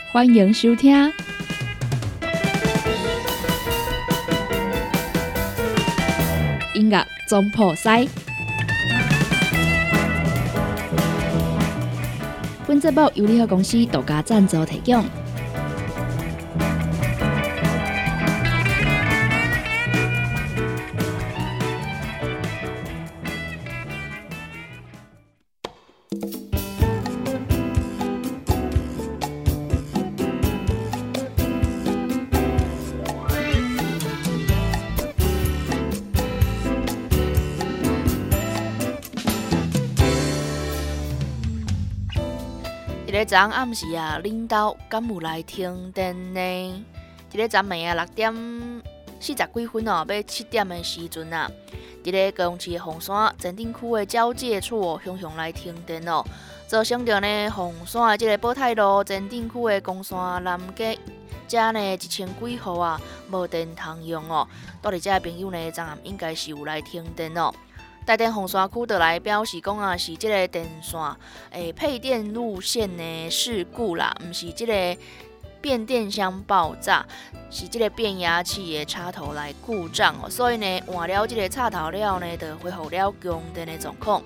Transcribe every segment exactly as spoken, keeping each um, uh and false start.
欢迎收听。音乐总铺师，本节目由联合公司独家赞助提供。 一个昨暗暗时啊，恁兜敢有来停电呢？一个昨暝啊六点四十几分哦，要七点的时阵啊，一个高雄市的凤山前镇区的交界处哦，熊熊来停电哦，造成着呢凤山的这个宝泰路前镇区的公山南街，遮呢一千几户啊无电通用哦，住伫遮的朋友呢，昨暗应该是有来停电哦。台电凤山区就来表示讲啊，是即个电线诶配电路线的事故啦，毋是即个变电箱爆炸，是即个变压器的插头来故障哦，所以呢换了即个插头了呢，就恢复了供电的状况。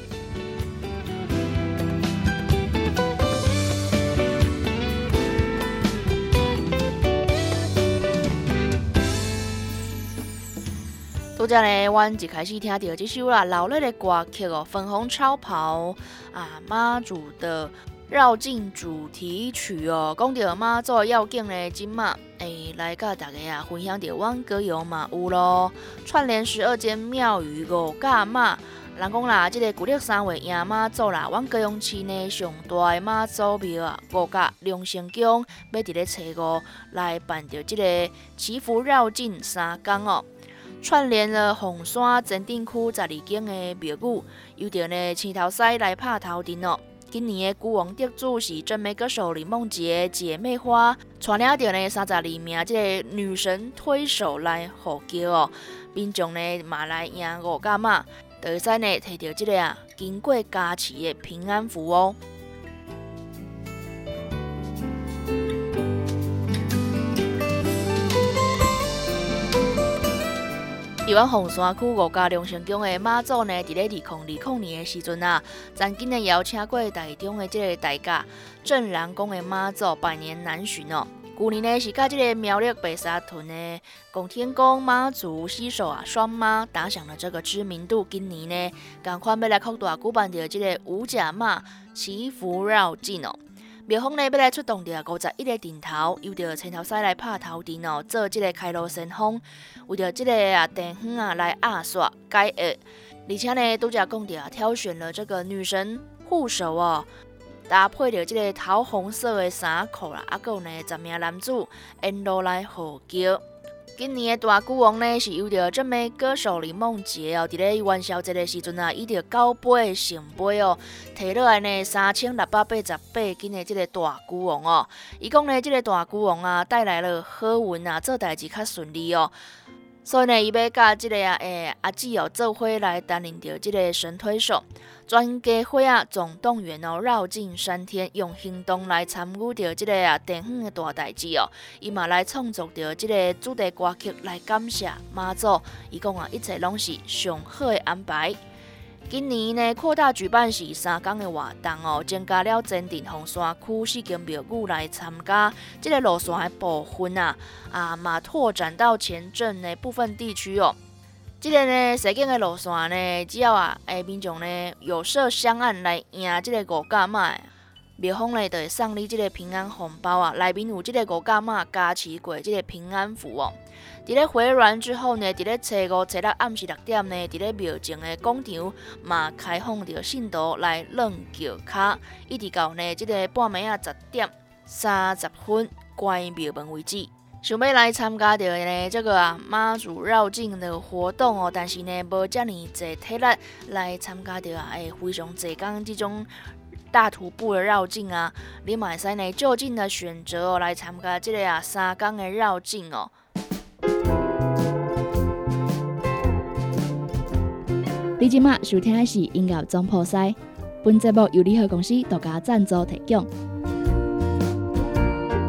拄则呢，阮一开始听到这首啦老类的歌曲哦，粉红超跑啊，妈祖的绕境主题曲哦，讲到妈祖要紧呢，今嘛诶来甲大家啊分享到阮歌谣嘛有咯，串联十二间庙宇五甲妈。人讲啦，即、这个旧历三月迎妈祖啦，阮高雄市呢上大的妈祖庙啊，五甲龙成宫要伫咧初五来办着即个祈福绕境三天哦。串联了凤山前镇区十二间的庙宇，由着呢青头师来拍头阵哦。今年的鼓王得主是真美歌手李梦洁姐妹花，带领着呢三十二名即个女神推手来护轿哦。民众呢嘛来赢五甲妈，就会使呢摕到即个啊经过加持的平安符哦。伫阮凤山区五甲龙成宫的妈祖呢，伫咧二零二零年的时阵啊，曾经呢邀请过台中的即个大家镇澜宫的妈祖百年难寻哦。旧年呢是甲即个苗栗白沙屯的拱天宫妈祖携手啊双妈打响了这个知名度。今年呢，赶快要来扩大举办着即个五甲妈祈福绕境哦。庙方呢要来出动着五十一个阵头，由着青头师来拍头阵哦，做即个开路先锋，为着即个啊电风啊来压煞解厄，而且呢拄则讲着挑选了这个女神护手哦，搭配着即个桃红色的衫裤啦，啊，还有呢十名男子沿路来护轿。今年的大鼓王呢是由着真美歌手李梦洁哦，伫咧元宵节的时阵啊，以着九杯的圣杯哦，摕落来呢三千六百八十八斤的即个大鼓王哦。伊讲呢，即个大鼓王啊带来了好运啊，做代志较顺利哦。所以呢，伊要甲即个啊诶阿姊哦做伙来担任着即个神推手，全家伙啊总动员哦，绕境三天，用行动来参与着即个啊电风的大代志哦。伊嘛来创作着即个主题歌曲来感谢妈祖。伊讲啊，一切拢是上好的安排。今年呢，扩大举办是三天的活动哦，增加了前镇凤山区四间庙宇来参加。这个路线的部分啊，啊嘛拓展到前镇的部分地区哦。这个呢，西景的路线呢，只要啊，诶民众呢有设香案来赢这个五甲妈，庙方呢就会送你这个平安红包啊，内面有这个五甲妈加持过这个平安符哦。伫咧回銮之后呢，伫咧初五、初六暗时六点呢，伫咧庙前的广场嘛开放着信徒来扔轿卡，一直到呢即、這个半暝啊十点三十分关庙门为止。想要来参加着呢这个啊妈祖绕境的活动哦，但是呢无遮尔济体力来参加着啊，诶非常济工这种大徒步的绕境啊，你嘛会使呢就近的选择哦来参加这个啊三天的绕境哦。 你即马收听的是音乐总铺师，本节目由联合公司独家赞助提供。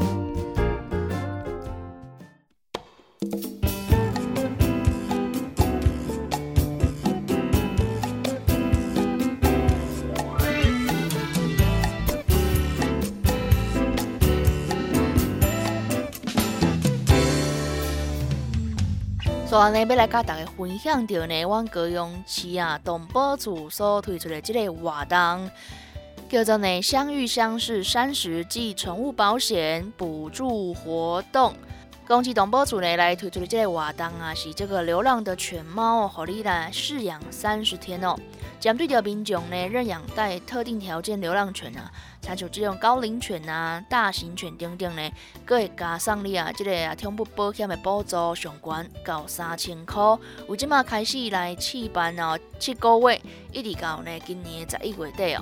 所以呢，要来甲大家分享到呢，阮高雄市啊动保处所推出的这个活动，叫做呢相遇相识三十季宠物保险补助活动。公鸡动保处呢来推出的这个活动啊，是这个流浪的犬猫哦，互你来饲养三十天哦。针对着民众呢认养带特定条件流浪犬啊，参像这种高龄犬啊、大型犬等等呢，佫会加上你啊这个啊宠物保险的补助上悬到三千块。有即马开始来试办哦，七个月一直到呢今年的十一月底哦。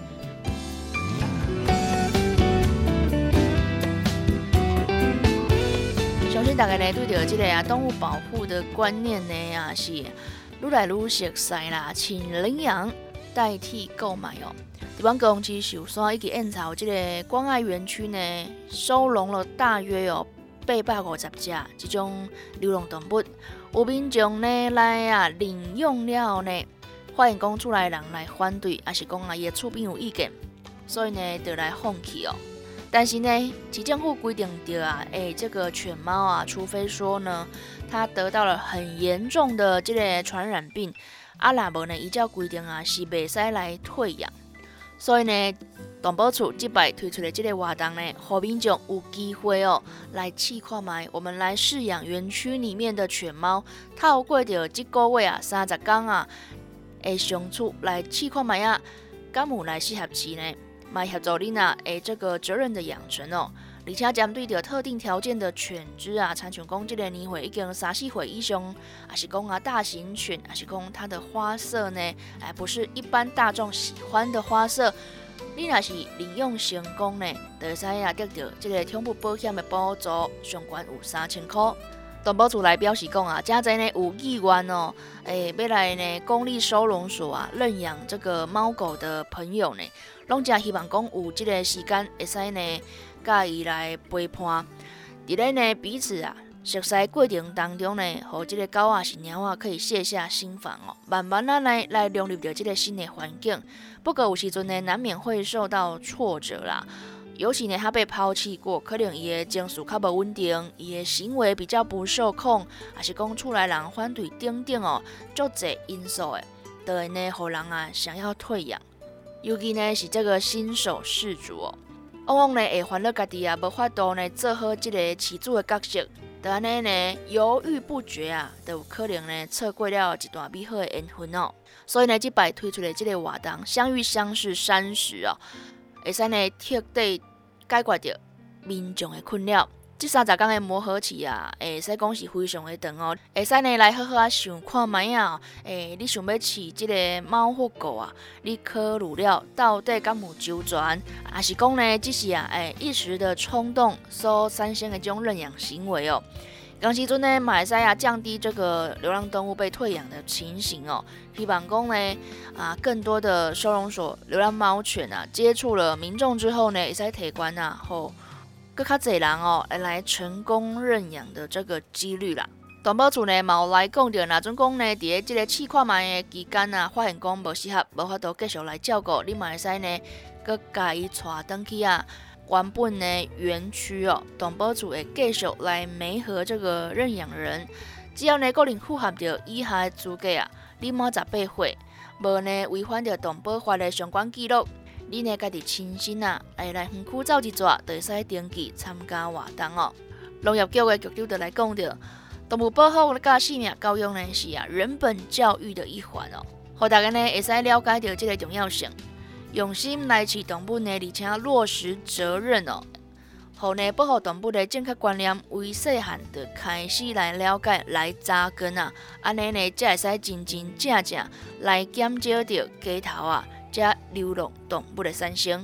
相信大家呢对着这个啊动物保护的观念呢啊是愈来愈熟悉啦，请领养代替购买哦。伫阮高雄市寿山以及燕巢这个关爱园区呢，收容了大约有八百五十只这种流浪动物。有民众呢来啊领用了后呢，发现讲厝内人来反对，还是讲啊伊的厝边有意见，所以呢就来放弃哦。但是呢，市政府规定着啊，哎，这个犬猫啊，除非说呢，它得到了很严重的这个传染病，啊，若无呢，依照规定啊，是袂使来退养。所以呢，动保处这摆推出的这个活动呢，让民众有机会哦，来试看卖，我们来饲养园区里面的犬猫，透过着这个月啊，三十天啊，的相处来试看卖啊，敢有来适合饲呢？来协助你呐，诶，这个责任的养成哦，而且针对着特定条件的犬只啊，参像讲这个年岁已经三四岁以上，还是讲啊大型犬，还是讲它的花色呢，哎，不是一般大众喜欢的花色，你若是领用成功呢，就会使啊得到这个宠物保险的补助，上悬有三千块。动保处来表示讲啊，真侪呢有意愿哦，诶，要来呢公立收容所啊认养这个猫狗的朋友呢，拢真希望讲有这个时间会使呢，甲伊来陪伴，伫咧呢彼此啊熟悉过程当中呢，互这个狗啊是猫啊可以卸下心防哦，慢慢啊来来融入到这个新的环境。不过有时阵呢，难免会受到挫折啦。尤其呢，他被抛弃过，可能伊的情绪较无稳定，伊的行为比较不受控，还是讲厝内人反对等等哦，足侪因素的，就会呢，互人啊想要退养。尤其呢是这个新手饲主哦，往往呢会烦恼家己啊，无法度呢做好这个饲主的角色，就安尼呢犹豫不决啊，就有可能呢错过了一段美好的缘分哦。所以呢，这摆推出的这个活动，相遇相识三十哦，会使呢彻底解决掉民众的困扰。这三十天的磨合期啊，会使讲是非常的长哦。会使呢来好好啊想看卖啊，诶，你想要饲这个猫或狗啊，你考虑了到底敢有周全，还是讲呢只是啊，诶一时的冲动所产生的这种认养行为哦。同时阵呢，马来西亚降低这个流浪动物被退养的情形哦，希望讲呢啊，更多的收容所流浪猫犬啊，接触了民众之后呢，会使提悬啊，后更较侪人哦来成功认养的这个几率啦。动保处呢，嘛有来讲到，若准讲呢，伫咧这个试看卖的期间啊，发现讲无适合，无法度继续来照顾，你嘛会使呢，佮家己带转去啊。原本呢园区哦，动保处会继续来媒合这个认养人，只要呢个人符合着以下的资格啊，你满十八岁，无呢违反着动保法的相关记录，你呢家己亲身啊，来来园区走一转，就会使登记参加活动哦。农业局的局长就来讲着，动物保护甲生命教育呢是啊人本教育的一环哦，互大家呢会使了解到这个重要性。用心来饲动物呢，而且落实责任哦，互呢保护动物的正确观念，为细汉就开始来了解、来扎根啊，安尼呢才会使真真正正来减少着街头啊，这流浪动物的产生。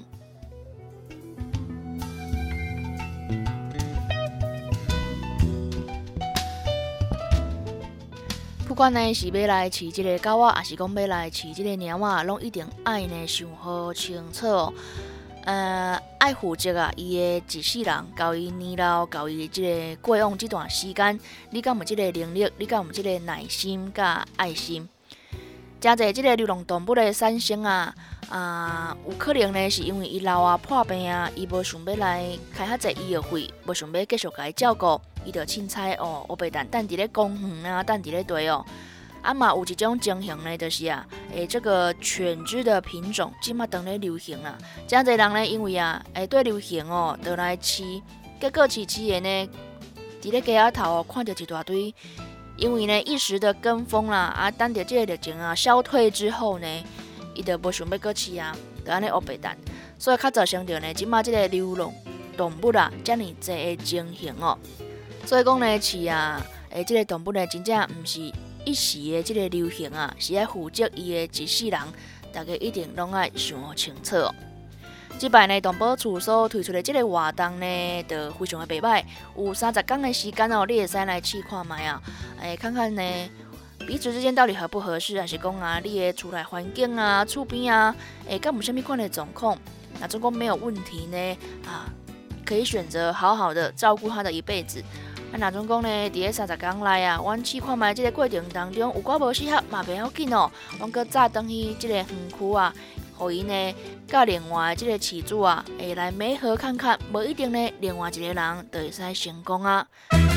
不管呢是要来饲这个狗仔，还是讲要来饲这个猫仔，拢一定爱呢想好清楚哦。呃，爱负责啊，伊的一世人，交伊年老，交伊这个过往这段时间，你敢有这个能力？你敢有这个耐心甲爱心？ 真侪即个流浪动物的产生啊，啊，有可能呢是因为伊老啊破病啊，伊无想要来开较侪医药费，无想要继续甲伊照顾，伊就凊彩哦，黑白蛋等伫咧公园啊，等伫咧地哦。啊嘛有一种情形呢，就是啊，诶，这个犬只的品种即马当咧流行啊，真侪人呢因为啊，诶对流行哦，就来饲，结果饲饲的呢，伫咧街仔头哦，看到一大堆，因为呢一时的跟风啦，啊，等到这个疫情啊消退之后呢，伊就无想要搁饲啊，就安尼黑白蛋，所以较造成着呢，即马即个流浪动物啊，遮尔济的情形哦，所以讲呢，饲啊，诶，即个动物呢，真正毋是一时的即个流行啊，是爱负责伊的一世人，大家一定拢爱想清楚哦。即摆呢，动保处所推出的即个活动呢，就非常的袂歹，有三十天的时间哦，你会使来试看卖啊，诶，看看呢彼此之间到底合不合适，还是讲啊，你的厝内环境啊、厝边啊，诶，敢有啥物款的状况？那如果没有问题呢，啊，可以选择好好的照顾他的一辈子。啊，若种讲呢，伫咧三十天内啊，阮试看卖即个过程当中，有寡无适合嘛，袂要紧哦，阮搁早转去即个园区啊，互伊呢，甲另外即个饲主啊，会来媒合看看，无一定呢，另外一个人就会使成功啊。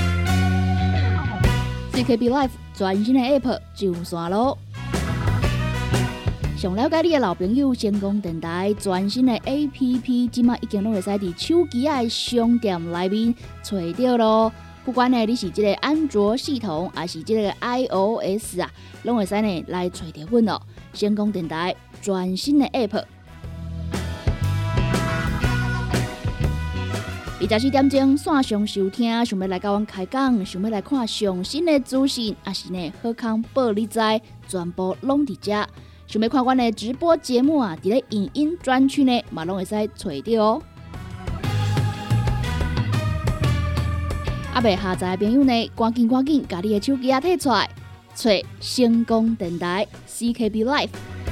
C K B Life 全新的 App 上线咯！想了解你的老朋友，成功电台全新的 A P P， 即马已经拢会使伫手机仔的商店内面找到咯。不管呢你是即个安卓系统，还是即个 I O S 啊，拢会使呢来找到阮哦。成功电台全新的 App。二十四点钟线上收听，想要来甲阮开讲，想要来看上新的资讯，也是呢好康报你知，全部拢伫遮。想要看阮的直播节目啊，伫咧影音专区呢，嘛拢会使找到哦。还未下载的朋友呢，赶紧赶紧，把你的手机啊摕出来，找成功电台 C K B Life。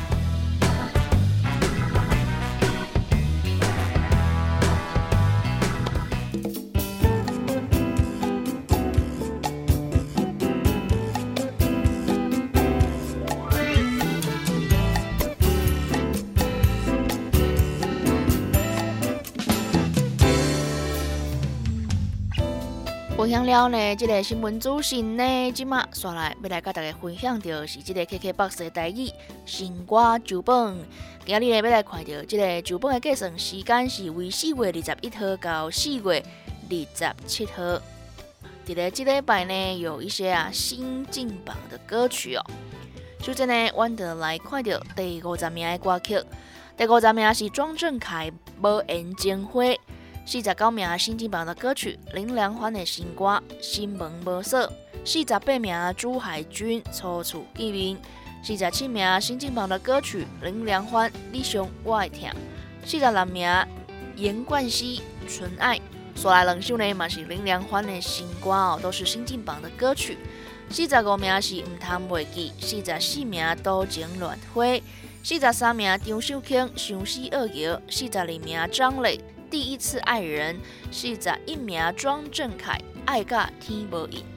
分享了呢，这个新闻资讯呢，即马刷来要来甲大家分享到是这个 K K B O X 的台语新歌剧本。今日呢要来看到这个剧本的计算时间是为四月二十一号到四月二十七号。伫咧这礼拜呢有一些啊新进榜的歌曲哦。首先呢，阮就来看到第五十名的歌曲，第五十名是庄正凯《无言情花》。四十九名新进榜的歌曲，林良欢的新歌《心门无锁》；四十八名朱海军《初次见面》；四十七名新进榜的歌曲，林良欢《你伤我的痛》；四十六名严冠希《纯爱》。说来两首呢，嘛是林良欢的新歌哦，都是新进榜的歌曲。四十五名是唔通袂记，四十四名多情乱花，四十三名张秀卿《相思二摇》，四十二名张磊。第一次爱人，四十一名庄正凯爱甲天无影。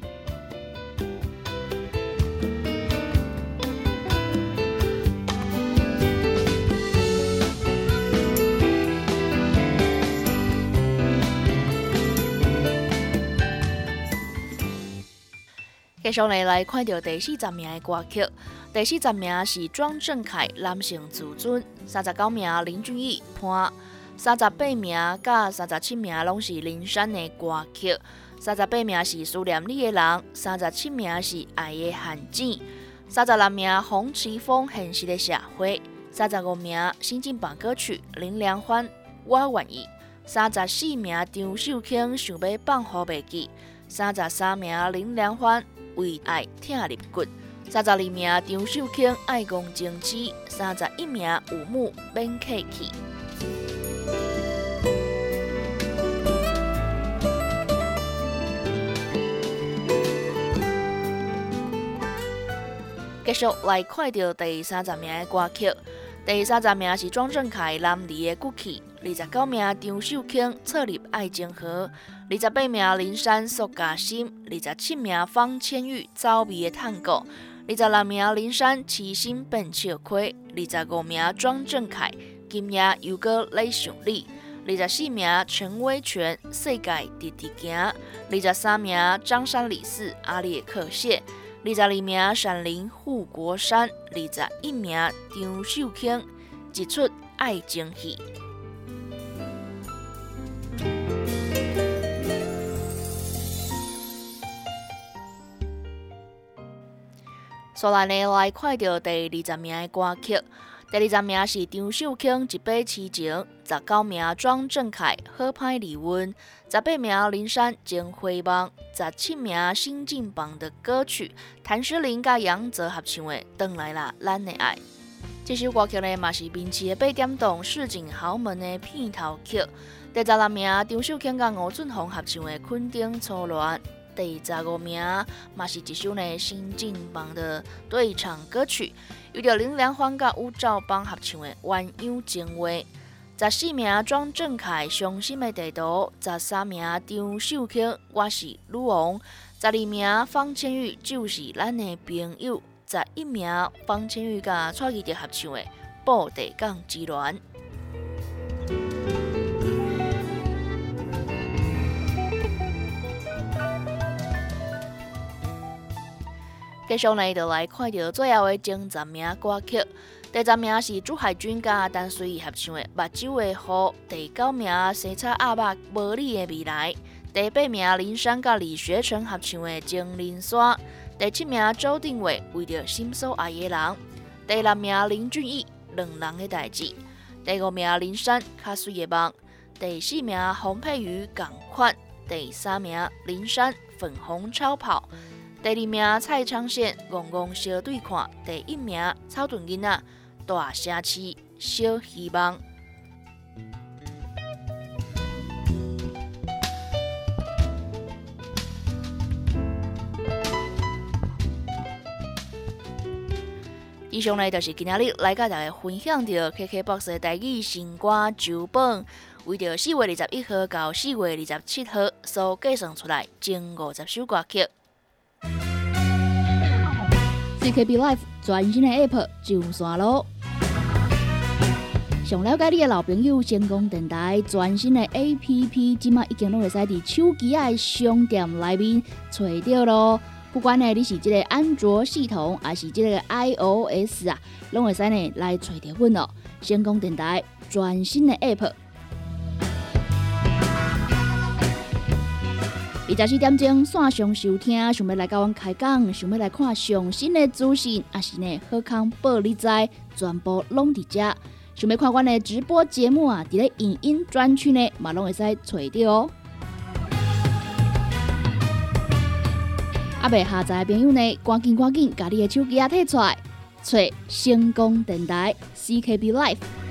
继续来来看到第四十名的歌曲，第四十名是庄正凯《男性自尊》，三十九名林俊逸《伴》。三十八名甲三十七名拢是林珊的歌曲，三十八名是思念你的人，三十七名是爱的陷阱，三十六名洪奇峰现实的社会，三十五名新进榜歌曲林良欢我愿意，三十四名张秀卿想要放乎袂记，三十三名林良欢为爱疼入骨，三十二名张秀卿爱讲争取，三十一名有木免客气。继续来看到第三十名的歌曲，第三十名是庄正凯《男儿的骨气》，二十九名张秀卿《策入爱情河》，二十八名林珊《塑胶心》，二十七名方千玉《走味的探戈》， 二十六名林珊痴心变笑亏，二十五名庄正凯今夜又搁来上礼，二十四名陈威权世界直直行，二十三名张山李四阿列克谢，二十二名闪灵护国山，二十一名张秀卿一出爱情戏。所来呢，来看到第二十名的歌曲。第二十名是张秀卿一把痴情，十九名庄正凯好歹离婚，十八名林珊真辉梦，十七名新进榜的歌曲，谭诗琳甲杨泽合唱的《回来啦，咱的爱》。这首歌曲呢，嘛是明市的八点档市井豪门的片头曲。第十六名张秀卿甲吴俊宏合唱的《昆丁初恋》。第十五名嘛是一首呢新进榜的对唱歌曲，由着林良欢甲吴兆邦合唱的《鸳鸯情话》。十四名庄正凯伤心的地图，十三名张秀卿我是女王，十二名方千玉就是咱的朋友，十一名方千玉甲蔡依迪合唱的《布袋港之恋》。继续呢，就来看到最后的前十名歌曲。第十名是朱海军甲陈随意合唱的《目睭的雨》，第九名生炒鸭肉无你的未来，第八名林珊甲李学成合唱的《情人山》，第七名周定伟为着心所爱的人，第六名林俊逸两人的代志，第五名林珊较水的梦，第四名洪佩瑜共款，第三名林珊粉红超跑。第二名蔡昌宪戆戆小对看，第一名草屯囡仔大城市小希望。以上呢，就是今仔日来甲大家分享到 K K B O X 的台语新歌周榜，为着四月二十一号到四月二十七号所计算出来前五十首歌曲。 C K B Life 全新的 App 上线咯！想了解你的老朋友，成功电台全新的 A P P， 即马已经拢会使伫手机的商店内面找到咯。不管呢你是即个安卓系统，还是即个 iOS 啊，拢会使呢来找到阮咯。成功电台全新的 App。二十四点钟线上收听，想要来甲阮开讲，想要来看上新的资讯，也是呢好康报你知，全部拢伫遮。想要看阮的直播节目啊，伫咧影音专区呢，嘛拢会使找到哦。还未下载的朋友呢，赶紧赶紧，甲你的手机啊摕出来，找成功电台 C K B Life。